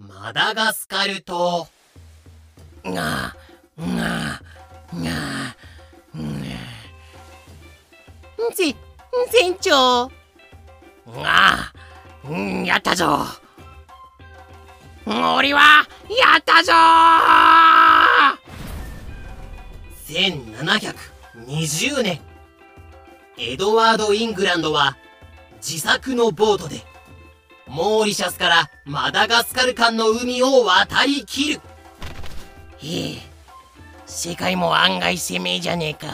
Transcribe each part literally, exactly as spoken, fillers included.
マダガスカル島。が、が、が、が、ぜ、船長。が、やったぞ。俺は、やったぞー。せんななひゃくにじゅうねん、エドワード・イングランドは自作のボートでモーリシャスからマダガスカル間の海を渡りきる。へえ、世界も案外攻めじゃねえか。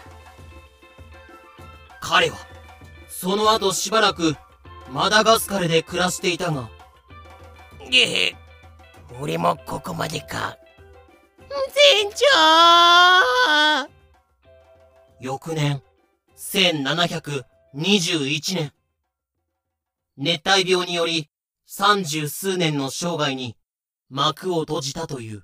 彼はその後しばらくマダガスカルで暮らしていたが、げへ、俺もここまでか。船長。翌年せんななひゃくにじゅういちねん、熱帯病により三十数年の生涯に幕を閉じたという。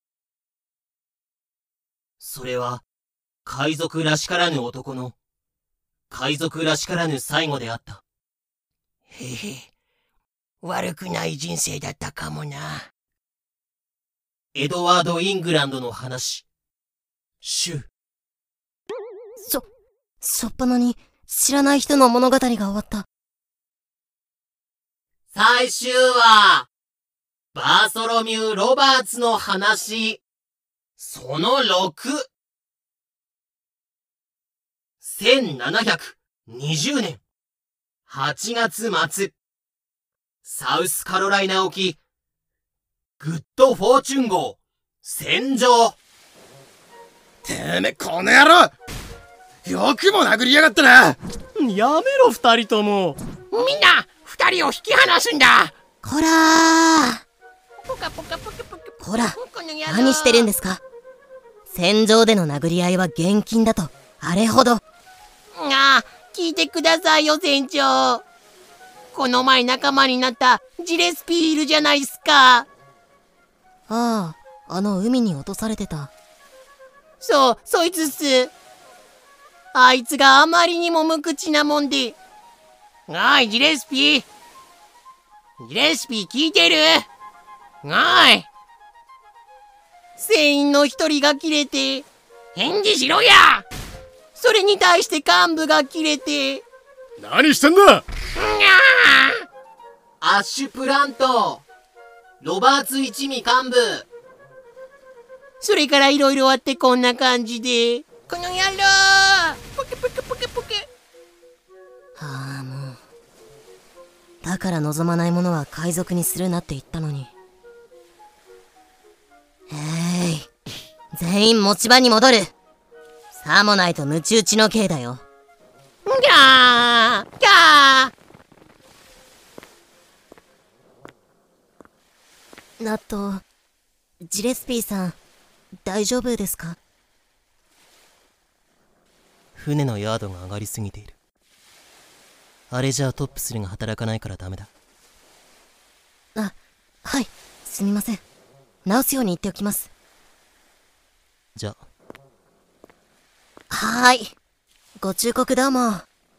それは海賊らしからぬ男の海賊らしからぬ最後であった。へへ、悪くない人生だったかもな。エドワード・イングランドの話。シュ。 しょ、しょっぱなに知らない人の物語が終わった。 最終話、バーソロミュー・ロバーツの話、そのろく。せんななひゃくにじゅうねんはちがつまつ、サウスカロライナ沖、グッドフォーチュン号、戦場。 てめ、この野郎、よくも殴りやがったな。 やめろ二人とも。 みんな二人を引き離すんだ。 こらー、 ポカポカポカポカ。 こら、何してるんですか。戦場での殴り合いは厳禁だとあれほど。ああ、聞いてくださいよ船長。この前仲間になったジレスピーいるじゃないっすか。 ああ、あの海に落とされてた。 そう、そいつっす。あいつがあまりにも無口なもんで。おい、ジレスピー。ジレスピー聞いてる？おい。船員の一人が切れて、返事しろや！それに対して幹部が切れて、 何してんだ！ アッシュプラント、ロバーツ一味幹部。それからいろいろあってこんな感じで、この野郎！ポケポケポケポケ。 はあ、もう。だから望まないものは海賊にするなって言ったのに。えい、全員持ち場に戻る。さもないとムチ打ちの刑だよ。 ギャーギャー。ナット、ジレスピーさん、大丈夫ですか？ 船のヤードが上がりすぎている。あれじゃトップスルが働かないからダメだ。 あ、はい、すみません。直すように言っておきます。 じゃ。 はーい。ご忠告どうも。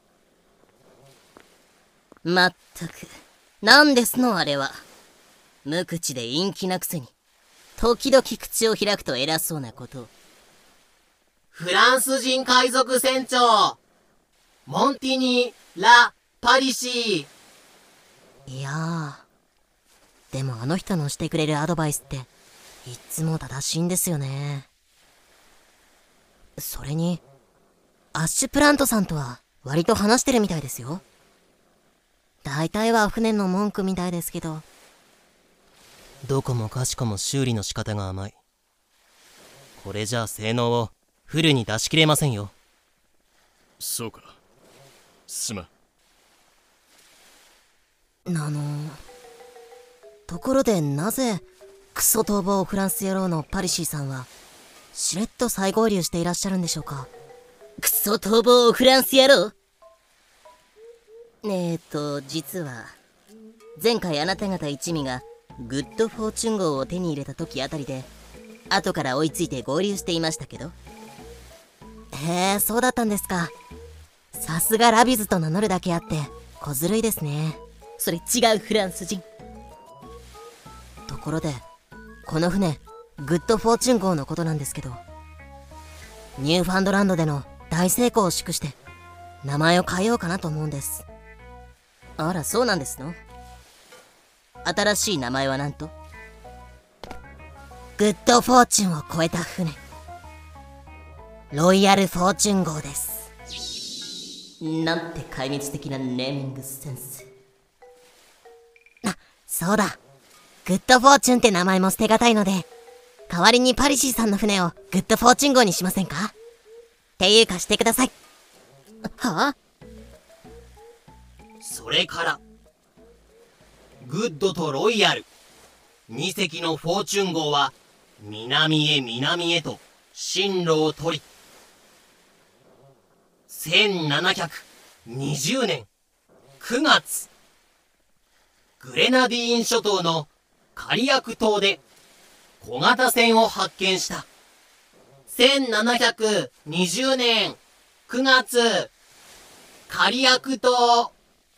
まったく、なんですのあれは。無口で陰気なくせに、時々口を開くと偉そうなことを。 フランス人海賊船長、モンティニ・ラ・パリシー。いやー、でもあの人のしてくれるアドバイスっていっつも正しいんですよね。それにアッシュプラントさんとは割と話してるみたいですよ。大体は船の文句みたいですけど、 どこもかしこも修理の仕方が甘い。これじゃあ性能をフルに出し切れませんよ。 そうか、すまん。 あのー、ところでなぜクソ逃亡フランス野郎のパリシーさんはしれっと再合流していらっしゃるんでしょうか。クソ逃亡フランス野郎。えーと実は前回あなた方一味がグッドフォーチュン号を手に入れた時あたりで後から追いついて合流していましたけど。へえ、そうだったんですか。さすがラビズと名乗るだけあって小ずるいですね。それ違うフランス人。 ころで、この船グッドフォーチュン号のことなんですけど、ニューファンドランドでの大成功を祝して名前を変えようかなと思うんです。あら、そうなんですの？新しい名前はなんと、グッドフォーチュンを超えた船、ロイヤルフォーチュン号です。なんて壊滅的なネーミングセンス。あ、そうだ、グッドフォーチュンって名前も捨てがたいので、代わりにパリシーさんの船をグッドフォーチュン号にしませんか？っていうかしてください。はあ？ それからグッドとロイヤルに隻のフォーチュン号は南へ南へと進路を取り、せんななひゃくにじゅうねんくがつ、グレナディーン諸島のカリアク島で小型船を発見した。せんななひゃくにじゅうねんくがつ、カリアク島。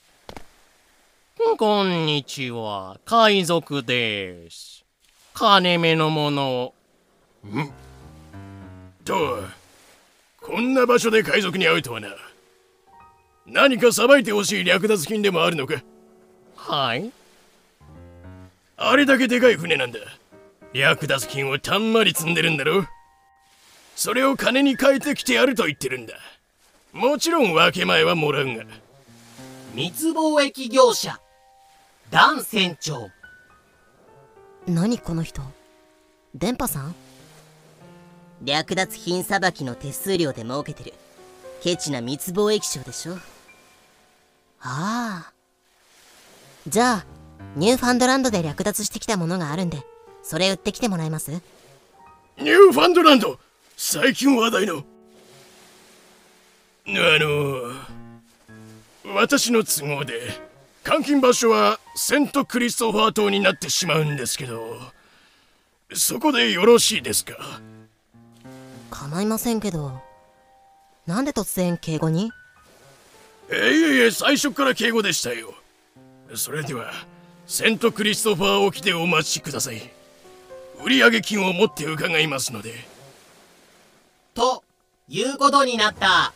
こんにちは、海賊です。金目のものを。 んと、こんな場所で海賊に会うとはな。何かさばいてほしい略奪品でもあるのか？ はい。 あれだけでかい船なんだ。略奪金をたんまり積んでるんだろ。それを金に変えてきてやると言ってるんだ。もちろん分け前はもらうが。 密貿易業者ダン船長。 何この人、電波さん？略奪品さばきの手数料で儲けてるケチな密貿易商でしょ。ああ、じゃあニューファンドランドで略奪してきたものがあるんで、それ売ってきてもらえます？ ニューファンドランド、最近話題の。あの私の都合で監禁場所はセントクリストファー島になってしまうんですけど、そこでよろしいですか？ 構いませんけど、なんで突然敬語に？ いえいえ、最初から敬語でしたよ。それではセントクリストファー沖でお待ちください。売上金を持って伺いますので。 ということになった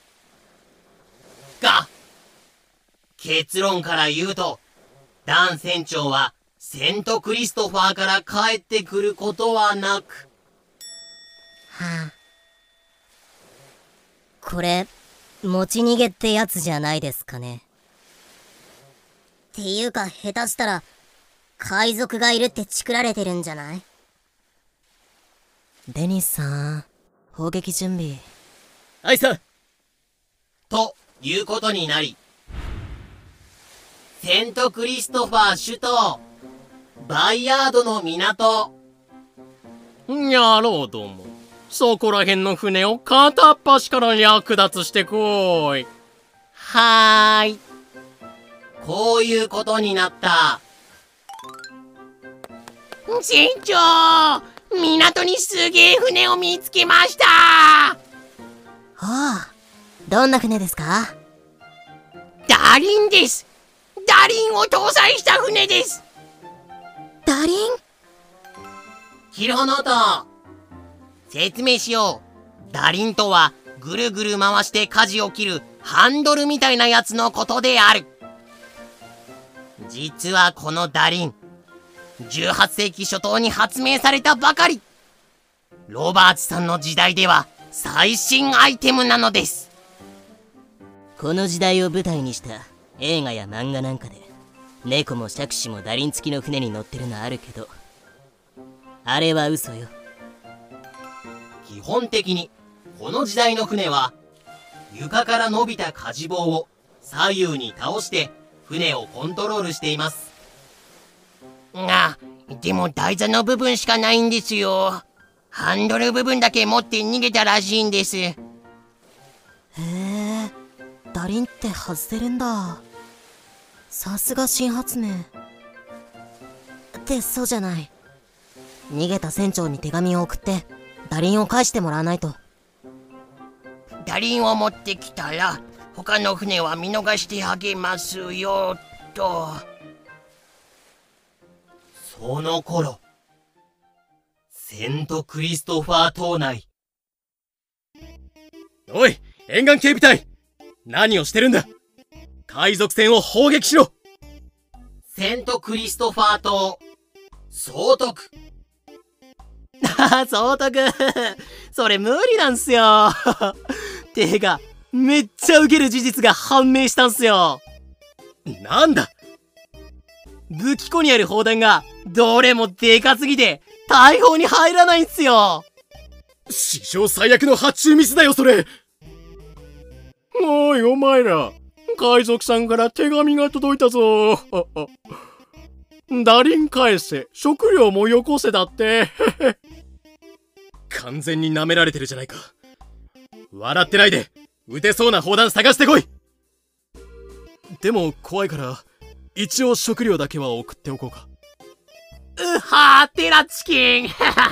が、結論から言うと、ダン船長はセントクリストファーから帰ってくることはなく。 はあ、これ持ち逃げってやつじゃないですかね。っていうか、下手したら海賊がいるってチクられてるんじゃない？デニスさん、砲撃準備。 はいさ。ということになり、セントクリストファー首都バイヤードの港。 やろうども、そこらへんの船を片っ端から略奪してこい。 はーい。こういうことになった。船長、港にすげえ船を見つけました。 はあ、どんな船ですか？ ダリンです。ダリンを搭載した船です。 ダリン？ キルホノート、説明しよう。ダリンとはぐるぐる回して舵を切るハンドルみたいなやつのことである。実はこのダリン、じゅうはっせいき初頭に発明されたばかり。ロバーツさんの時代では最新アイテムなのです。 この時代を舞台にした映画や漫画なんかで、猫も杓子もダリン付きの船に乗ってるのあるけど、あれは嘘よ。 基本的にこの時代の船は床から伸びた舵棒を左右に倒して船をコントロールしています。が、でも台座の部分しかないんですよ。ハンドル部分だけ持って逃げたらしいんです。へえ、ダリンって外せるんだ。さすが新発明。ってそうじゃない。逃げた船長に手紙を送ってダリンを返してもらわないと。 ダリンを持ってきたら他の船は見逃してあげますよと。 この頃、セントクリストファー島内。 おい、沿岸警備隊、何をしてるんだ。海賊船を砲撃しろ。 セントクリストファー島、総督。 ああ、総督。それ無理なんすよ。てか、めっちゃウケる事実が判明したんすよ。 なんだ。 武器庫にある砲弾がどれもでかすぎて大砲に入らないんすよ。 史上最悪の発注ミスだよ、それ。おい、お前ら。海賊さんから手紙が届いたぞ。打輪返せ、食料もよこせだって。完全に舐められてるじゃないか。笑ってないで、撃てそうな砲弾探してこい。でも怖いから一応食料だけは送っておこうか。 うはーテラチキン。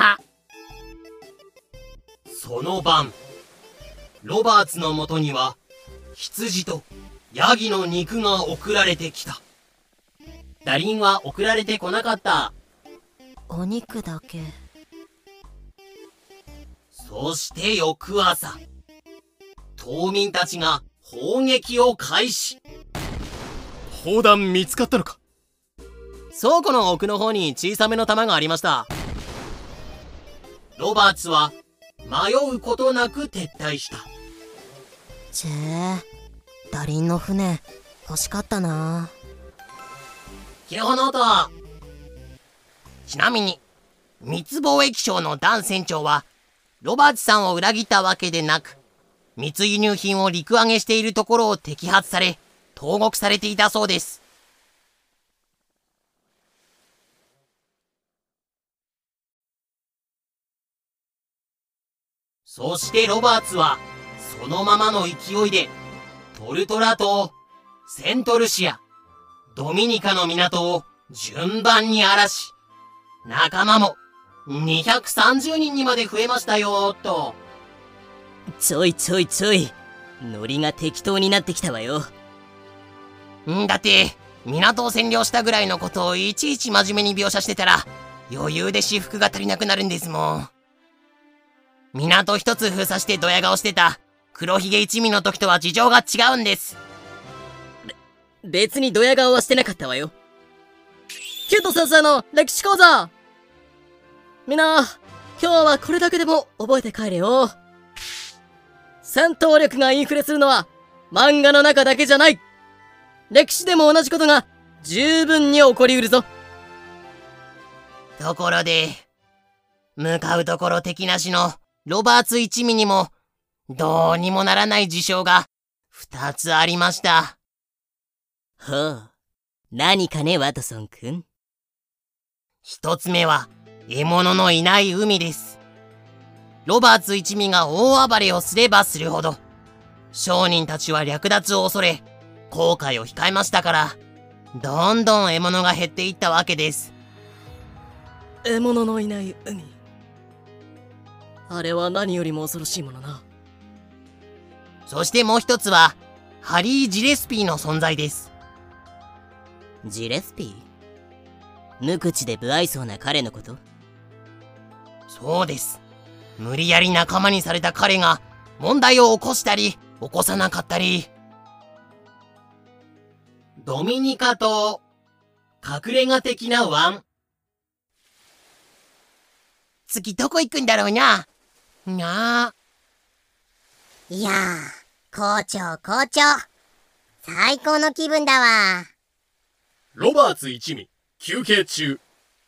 その晩、ロバーツのもとには羊とヤギの肉が送られてきた。ダリンは送られてこなかった。 お肉だけ。 そして翌朝、島民たちが砲撃を開始。 砲弾見つかったのか。 倉庫の奥の方に小さめの弾がありました。 ロバーツは迷うことなく撤退した。 ちぇー、ダリンの船欲しかったな。 キルホノート。ちなみに密貿易商のダン船長はロバーツさんを裏切ったわけでなく、密輸入品を陸揚げしているところを摘発され投獄されていたそうです。そしてロバーツはそのままの勢いでトルトラ島、セントルシア、ドミニカの港を順番に荒らし、仲間もにひゃくさんじゅうにんにまで増えましたよーと。 ちょいちょいちょい、ノリが適当になってきたわよ。 んだって港を占領したぐらいのことをいちいち真面目に描写してたら余裕で私服が足りなくなるんですもん。港一つ封鎖してドヤ顔してた黒ひげ一味の時とは事情が違うんです。 別にドヤ顔はしてなかったわよ。キュート先生の歴史講座、みんな今日はこれだけでも覚えて帰れよ。戦闘力がインフレするのは漫画の中だけじゃない。歴史でも同じことが十分に起こりうるぞ。 ところで向かうところ敵なしのロバーツ一味にもどうにもならない事象が二つありました。 ほう、何かね、ワトソンくん。 一つ目は獲物のいない海です。ロバーツ一味が大暴れをすればするほど商人たちは略奪を恐れ後悔を控えましたから、どんどん獲物が減っていったわけです。 獲物のいない海、あれは何よりも恐ろしいものな。 そしてもう一つはハリー・ジレスピーの存在です。 ジレスピー？無口で不愛想な彼のこと？ そうです。無理やり仲間にされた彼が問題を起こしたり起こさなかったり。ドミニカ島、隠れ家的な湾。次どこ行くんだろうな。なあ。 いやー、校長校長、最高の気分だわ。 ロバーツ一味休憩中。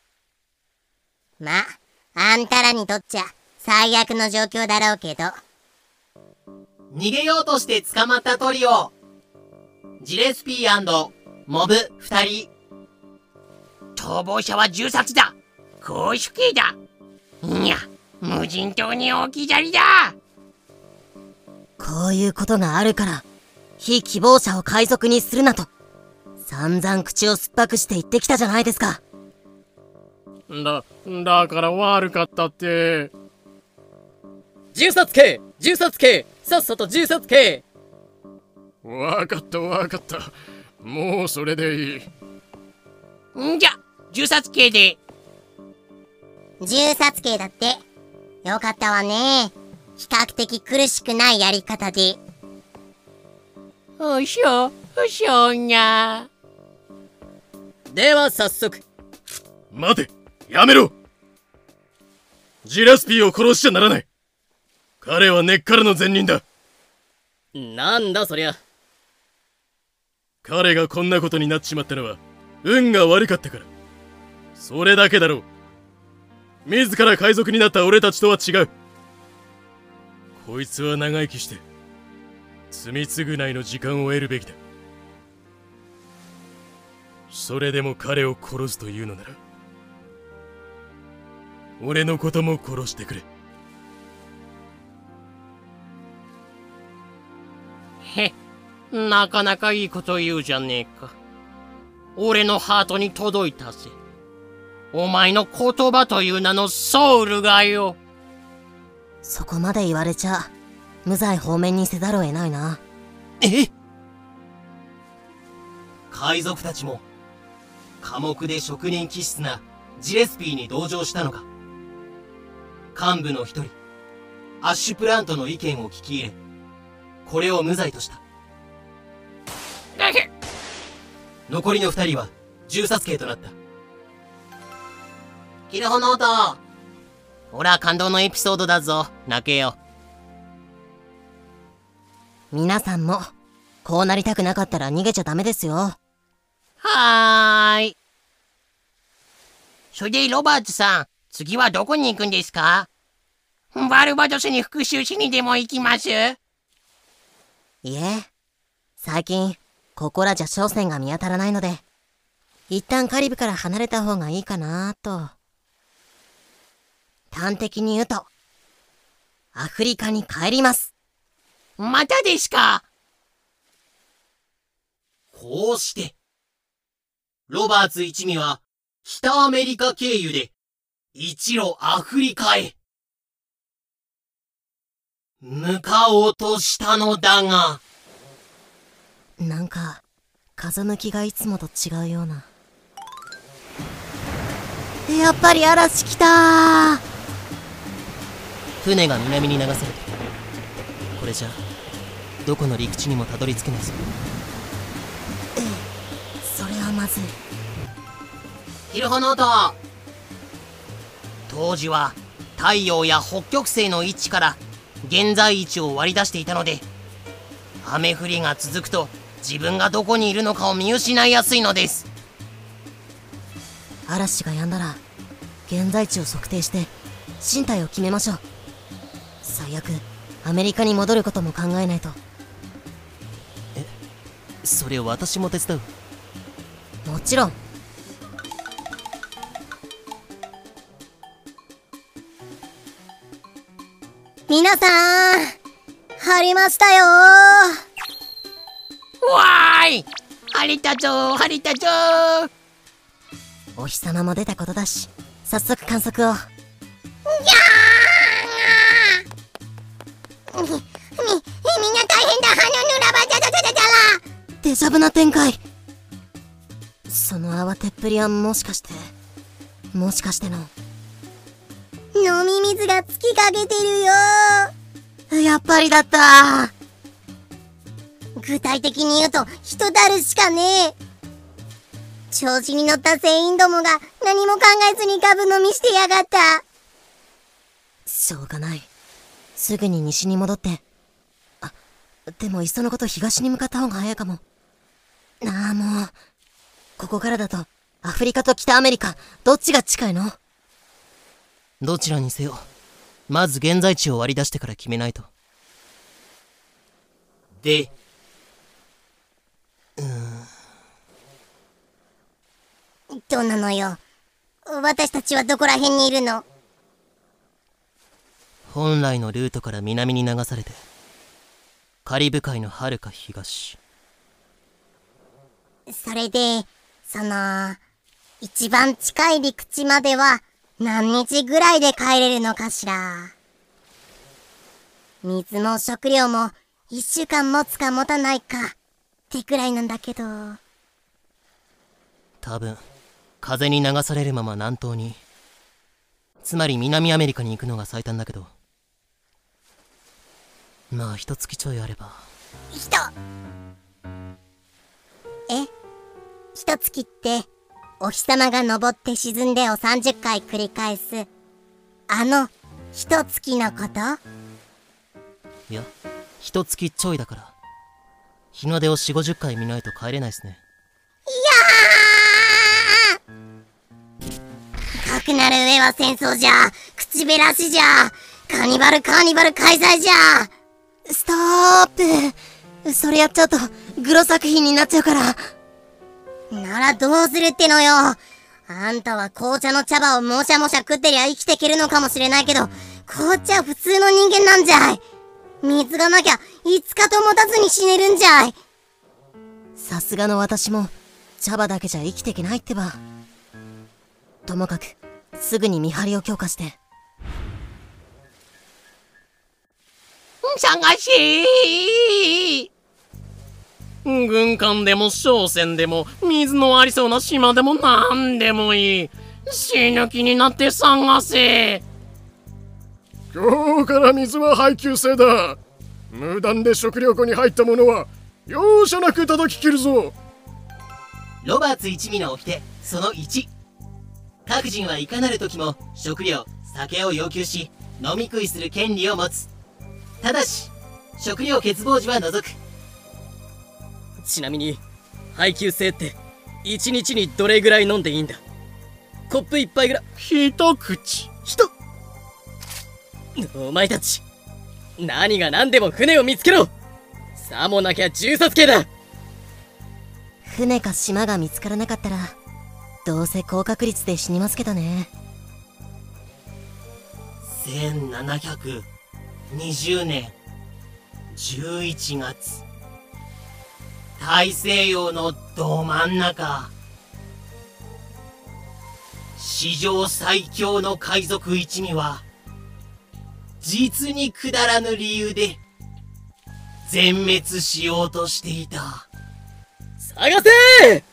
ま、あんたらにとっちゃ最悪の状況だろうけど。 逃げようとして捕まったトリオ、ジレスピー&モブ二人。逃亡者は銃殺だ。公主刑だ。いや、無人島に置き去りだ。 こういうことがあるから非希望者を海賊にするなと散々口を酸っぱくして言ってきたじゃないですか。 だ、だから悪かったって。 銃殺刑、銃殺刑、さっさと銃殺刑。 わかったわかった。もうそれでいい。 んじゃ、銃殺刑で銃殺刑だって。よかったわね。比較的苦しくないやり方で。 おしょ、おしょにゃ。 では早速。 待て、やめろ。ジラスピーを殺しちゃならない。彼は根っからの善人だ。 なんだそりゃ。 彼がこんなことになっちまったのは運が悪かったから。それだけだろう。自ら海賊になった俺たちとは違う。こいつは長生きして罪償いの時間を得るべきだ。それでも彼を殺すというのなら俺のことも殺してくれ。 へ、なかなかいいこと言うじゃねえか。俺のハートに届いたぜ。お前の言葉という名のソウルがよ。 そこまで言われちゃ無罪放免にせざるを得ないな。 え？海賊たちも寡黙で職人気質なジレスピーに同情したのか。幹部の一人アッシュプラントの意見を聞き入れ、これを無罪とした。残りの二人は銃殺刑となった。キルホノート、ほら感動のエピソードだぞ。泣けよ。 皆さんもこうなりたくなかったら逃げちゃダメですよ。 はーい。それでロバーツさん、次はどこに行くんですか？バルバドスに復讐しにでも行きます？ いえ、最近ここらじゃ商船が見当たらないので一旦カリブから離れた方がいいかなと。端的に言うとアフリカに帰ります。 またですか？こうしてロバーツ一味は北アメリカ経由で一路アフリカへ向かおうとしたのだが、 なんか風向きがいつもと違うような。やっぱり嵐来たー。 船が南に流されてる。これじゃどこの陸地にもたどり着けないぞ。 ええ、それはまずい。 キルホノート、当時は太陽や北極星の位置から現在位置を割り出していたので、雨降りが続くと自分がどこにいるのかを見失いやすいのです。 嵐が止んだら現在地を測定して進退を決めましょう。最悪アメリカに戻ることも考えないと。 え、それ私も手伝う？ もちろん。 皆さん、張りましたよー。わーい、張りたぞー、張りたぞー。 お日様も出たことだし、早速観測を。 ぎゃーみ、み、みんな大変だ。ハヌヌラバジャジャジャジャラ。 デジャブな展開。その慌てっぷりはもしかしてもしかしての飲み水が尽きかけてるよ。 やっぱりだった。 具体的に言うと人だるしかねえ。調子に乗った船員どもが何も考えずにガブ飲みしてやがった。 しょうがない。すぐに西に戻って。あ、でもいっそのこと東に向かった方が早いかも。ああ、もうここからだとアフリカと北アメリカどっちが近いの？ どちらにせよまず現在地を割り出してから決めないと。 で、 うーん。どうなのよ。私たちはどこら辺にいるの？ 本来のルートから南に流されてカリブ海のはるか東。 それで、その、一番近い陸地までは何日ぐらいで帰れるのかしら。水も食料も一週間持つか持たないかってくらいなんだけど。 多分風に流されるまま南東につまり南アメリカに行くのが最短だけど、まあ一月ちょいあれば。 ひとえ一月ってお日様が昇って沈んでをさんじゅっかい繰り返すあの一月のこと？ いや、一月ちょいだから、日の出をよん、ごじゅっかい見ないと帰れないっすね。 いやー、かくなる上は戦争じゃ、口減らしじゃ、カーニバルカーニバル開催じゃ。 ストップ。それやっちゃうとグロ作品になっちゃうから。 ならどうするってのよ。あんたは紅茶の茶葉をもしゃもしゃ食ってりゃ生きていけるのかもしれないけど、紅茶は普通の人間なんじゃい。水がなきゃいつかと持たずに死ねるんじゃい。 さすがの私も茶葉だけじゃ生きていけないってば。ともかくすぐに見張りを強化して。 探しー。 軍艦でも商船でも水のありそうな島でもなんでもいい。死ぬ気になって探せ。 今日から水は配給制だ。無断で食料庫に入ったものは容赦なく叩き切るぞ。 ロバーツ一味の掟そのいち、各人はいかなる時も食料酒を要求し飲み食いする権利を持つ。ただし食料欠乏時は除く。 ちなみに配給制っていちにちにどれぐらい飲んでいいんだ？コップ一杯ぐらい。 一口。 ひとお前たち何が何でも船を見つけろ。さもなきゃ銃殺刑だ。 船か島が見つからなかったらどうせ高確率で死にますけどね。 せんななひゃくにじゅうねんじゅういちがつ、大西洋のど真ん中、史上最強の海賊一味は実にくだらぬ理由で全滅しようとしていた。 探せ。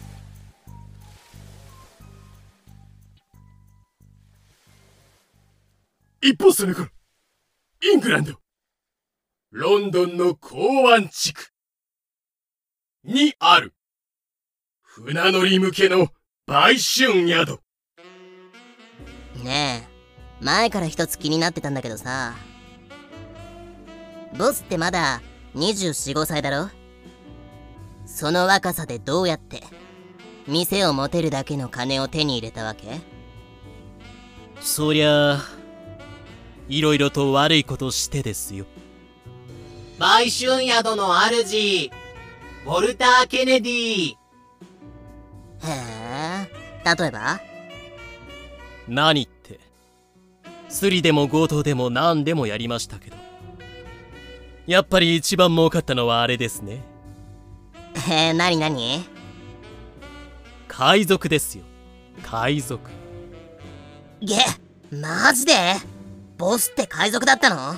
一歩その頃、イングランドロンドンの港湾地区にある船乗り向けの売春宿。 ねえ、前から一つ気になってたんだけどさ、ボスってまだにじゅうよん、ごさいだろ？その若さでどうやって店を持てるだけの金を手に入れたわけ？ そりゃあいろいろと悪いことしてですよ。 売春宿の主ウォルター・ケネディ。 へえ、例えば？ 何って、スリでも強盗でも何でもやりましたけど、やっぱり一番儲かったのはあれですね。 えー、なになに？ 海賊ですよ、海賊。 げ、マジで？ボスって海賊だったの？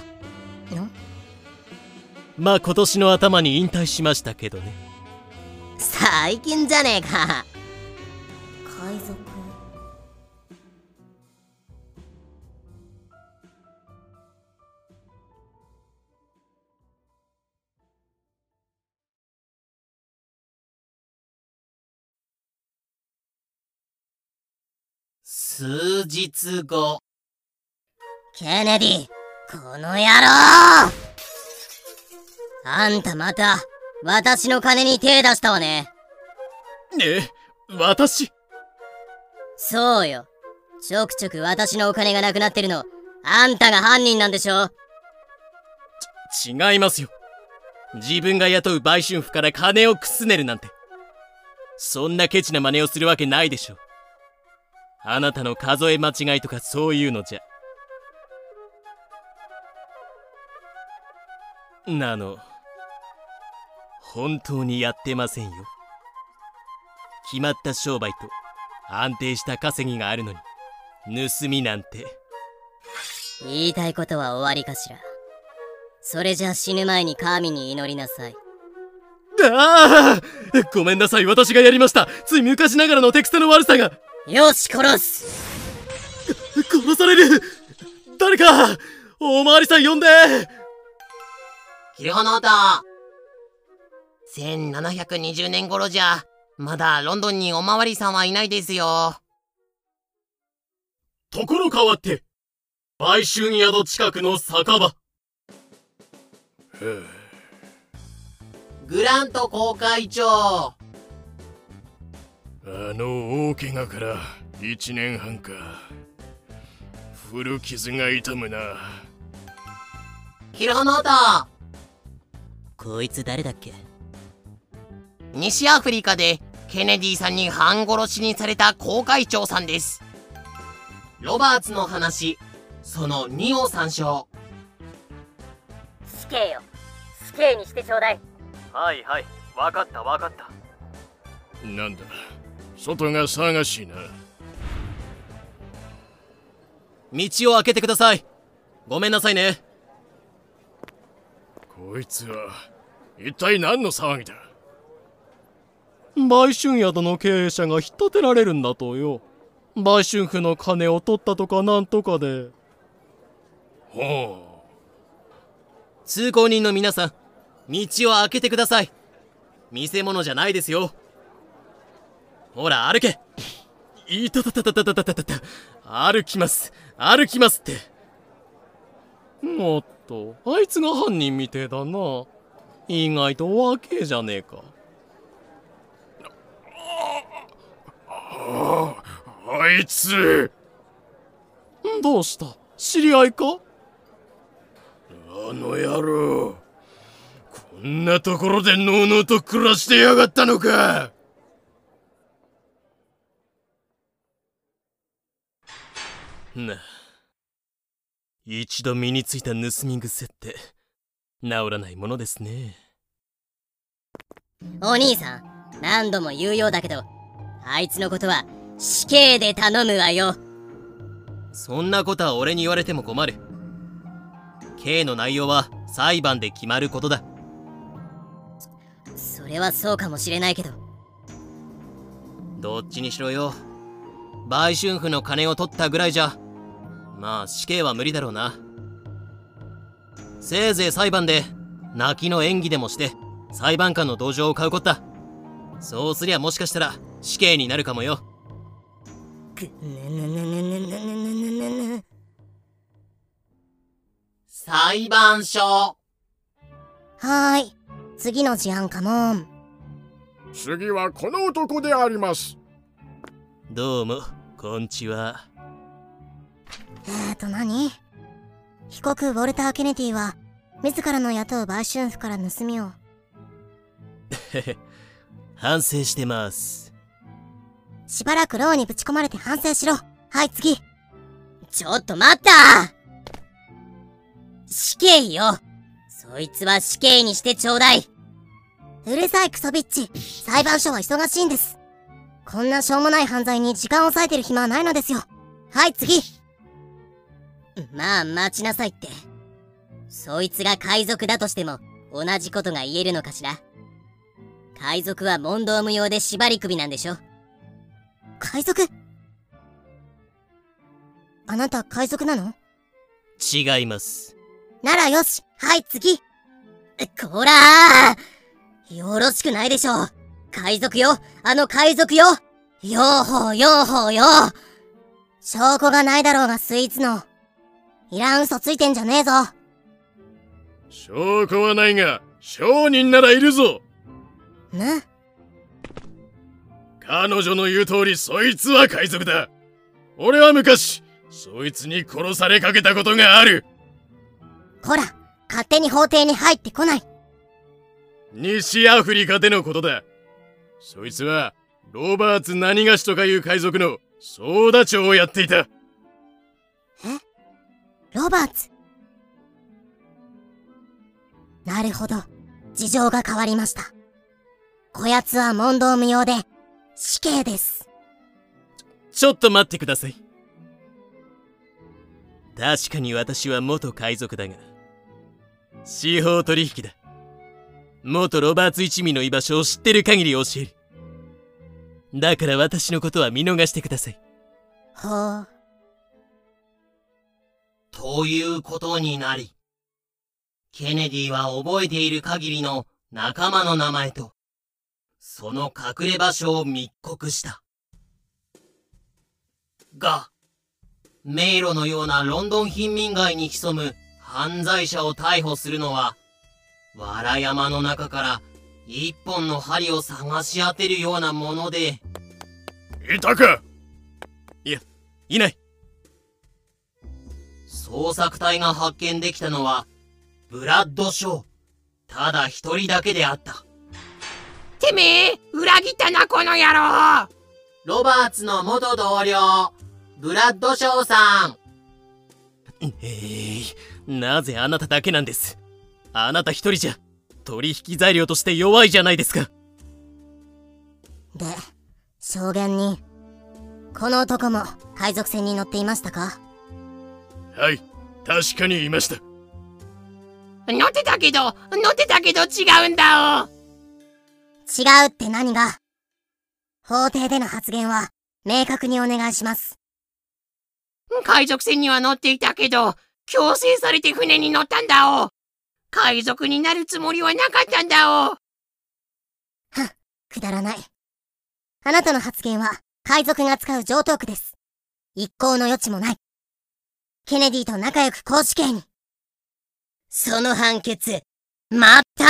まあ今年の頭に引退しましたけどね。 最近じゃねえか。 海賊。 数日後。 ケネディ、この野郎！あんたまた私の金に手出したわね。 え、私？ そうよ。ちょくちょく私のお金がなくなってるの、あんたが犯人なんでしょ？ ち、違いますよ。自分が雇う売春婦から金をくすねるなんて。そんなケチな真似をするわけないでしょ。あなたの数え間違いとかそういうのじゃ。なの、本当にやってませんよ。決まった商売と安定した稼ぎがあるのに、盗みなんて。 言いたいことは終わりかしら。それじゃ死ぬ前に神に祈りなさい。 ああ、ごめんなさい、私がやりました。つい昔ながらのテクストの悪さが。 よし、殺す。 殺される。誰かおまわりさん呼んで。 キルホノート、せんななひゃくにじゅうねん頃じゃまだロンドンにおまわりさんはいないですよ。 ところ変わって売春宿近くの酒場。 グラント公会長、 あの大怪我からいちねんはんか。古傷が痛むな。 キルホノート、 こいつ誰だっけ？ 西アフリカでケネディさんに半殺しにされた公会長さんです。ロバーツの話そのにを参照。 死刑よ、死刑にしてちょうだい。 はいはい、わかったわかった。 なんだ、外が騒がしいな。 道を開けてください。ごめんなさいね。 こいつは一体何の騒ぎだ。 売春宿の経営者が引っ立てられるんだとよ。売春婦の金を取ったとかなんとかで。 ほう。通行人の皆さん、道を開けてください。見せ物じゃないですよ。ほら歩け。いたたたたたたたたたた。歩きます歩きますって。おっと、あいつが犯人みてえだな。意外と若えじゃねえか。 ああ、あいつ。 どうした、知り合いか？ あの野郎、こんなところでのうのうと暮らしてやがったのか。 なあ、一度身についた盗み癖って治らないものですね。 お兄さん、何度も言うようだけど、あいつのことは死刑で頼むわよ。 そんなことは俺に言われても困る。刑の内容は裁判で決まることだ。 それはそうかもしれないけど、 どっちにしろよ、売春婦の金を取ったぐらいじゃまあ死刑は無理だろうな。せいぜい裁判で泣きの演技でもして裁判官の同情を買うこった。そうすりゃもしかしたら死刑になるかもよ。 ぐぬぬぬぬぬぬぬぬぬ。 裁判所。 はーい、次の事案カモン。 次はこの男であります。 どうもこんちは。 えーと何？被告ウォルター・ケネディは自らの雇う売春婦から盗みを。 反省してます。 しばらく牢にぶち込まれて反省しろ。はい次。 ちょっと待った。死刑よ。そいつは死刑にしてちょうだい。 うるさいクソビッチ。裁判所は忙しいんです。こんなしょうもない犯罪に時間を割いてる暇はないのですよ。はい次。 まあ待ちなさいって。そいつが海賊だとしても同じことが言えるのかしら。海賊は問答無用で縛り首なんでしょ。 海賊？あなた海賊なの？ 違います。 ならよし。はい次。 こらー、よろしくないでしょう。海賊よ、あの海賊よ。よーほーよーほーよー。 証拠がないだろうがスイーツの。いらん嘘ついてんじゃねえぞ。 証拠はないが証人ならいるぞ。 ね？ 彼女の言う通りそいつは海賊だ。俺は昔そいつに殺されかけたことがある。 こら、勝手に法廷に入ってこない。 西アフリカでのことだ。そいつはロバーツ何がしとかいう海賊の総ダ長をやっていた。 え？ロバーツ？なるほど、事情が変わりました。こやつは問答無用で死刑です。 ちょっと待ってください。確かに私は元海賊だが司法取引だ。元ロバーツ一味の居場所を知ってる限り教える。だから私のことは見逃してください。 ほう。 ということになり、ケネディは覚えている限りの仲間の名前と、その隠れ場所を密告した。が、迷路のようなロンドン貧民街に潜む犯罪者を逮捕するのは、藁山の中から一本の針を探し当てるようなもので。 いたか？ いや、いない。 捜索隊が発見できたのは、ブラッド・ショー、ただ一人だけであった。 てめえ、裏切ったな、この野郎！ ロバーツの元同僚、ブラッド・ショーさん。 ええー、なぜあなただけなんです？あなた一人じゃ、取引材料として弱いじゃないですか。 で、証言人、この男も海賊船に乗っていましたか？ はい、確かにいました。 乗ってたけど、乗ってたけど違うんだお。 違うって何が？法廷での発言は明確にお願いします。 海賊船には乗っていたけど、強制されて船に乗ったんだお。海賊になるつもりはなかったんだお。 はっ、くだらない。あなたの発言は海賊が使う常套句です。一向の余地もない。ケネディと仲良く公主刑に。 その判決、待ったー！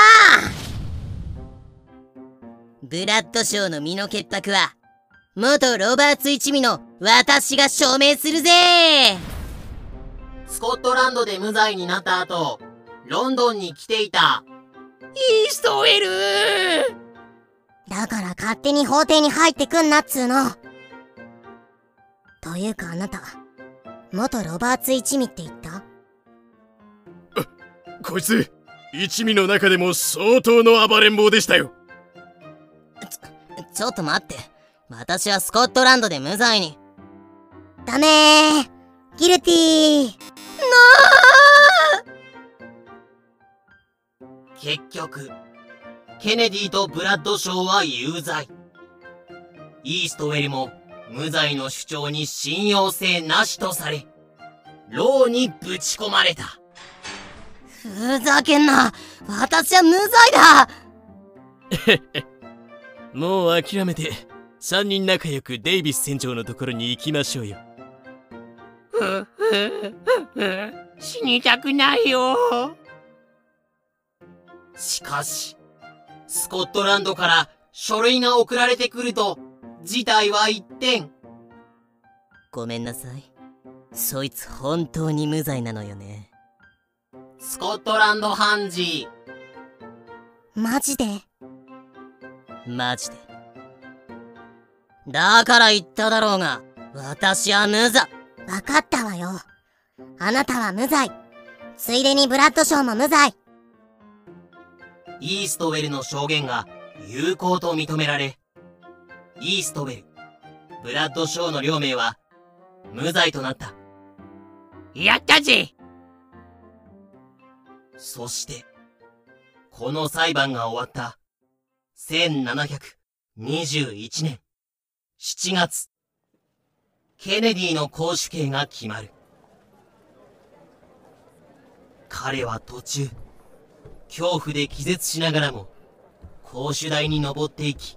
ブラッドショーの身の潔白は、元ロバーツ一味の私が証明するぜー！ スコットランドで無罪になった後、ロンドンに来ていた。 イーストウェルー！ だから勝手に法廷に入ってくんなっつーの。というかあなた、元ロバーツ一味って言った？ こいつ、一味の中でも相当の暴れん坊でしたよ。 ちょ、ちょっと待って。私はスコットランドで無罪に。 ダメー！ギルティー！ 結局、ケネディとブラッドショーは有罪。イーストウェルも無罪の主張に信用性なしとされ、牢にぶち込まれた。 ふざけんな！私は無罪だ！ もう諦めて、三人仲良くデイビス船長のところに行きましょうよ。 ふふふ死にたくないよ。 しかし、スコットランドから書類が送られてくると、事態は一転。 ごめんなさい。そいつ本当に無罪なのよね。 スコットランド判事。 マジで？ マジで。だから言っただろうが、私は無罪。 わかったわよ。あなたは無罪。ついでにブラッドショーも無罪。 イーストウェルの証言が有効と認められ、イーストウェル、ブラッドショーの両名は無罪となった。 やったぜ！ そして、この裁判が終わったせんななひゃくにじゅういちねんしちがつ、ケネディの公主刑が決まる。彼は途中、恐怖で気絶しながらも、公主台に登っていき、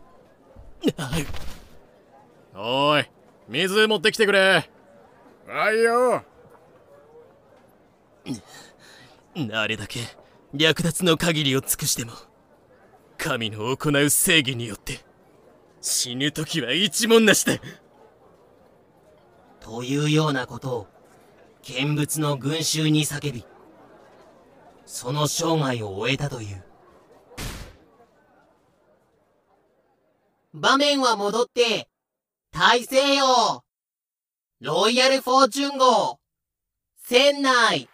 おい、水持ってきてくれ。はいよ。 あれだけ略奪の限りを尽くしても、神の行う正義によって死ぬ時は一文なしだ。 というようなことを見物の群衆に叫び、その生涯を終えたという。場面は戻って大西洋、ロイヤルフォーチュン号船内。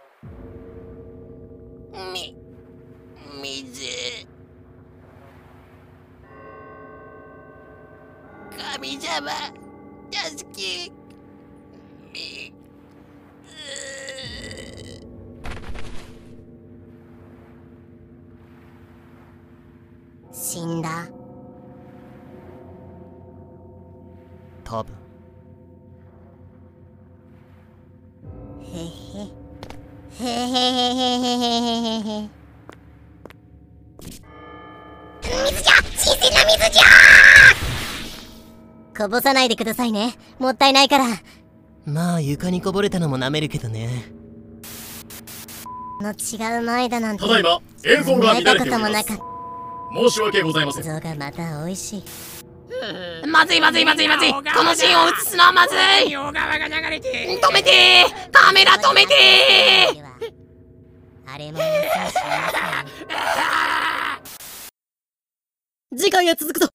み、水。神様、助け、み、 死んだ。 多分。 へい。 へへへへへへへへ。水じゃ、新鮮な水じゃこぼさないでくださいね。もったいないから。 まあ床にこぼれたのも舐めるけどね。 の違う前だなんて。 ただいま映像が乱れており考えたこともます。 なかっ申し訳ございません。 た。映像がまた美味しい。 まずいまずいまずいまずい。このシーンを映すのはまずい。 小川が流れて。 止めてー、カメラ止めてー。 あれももう少し次回へ続くぞ。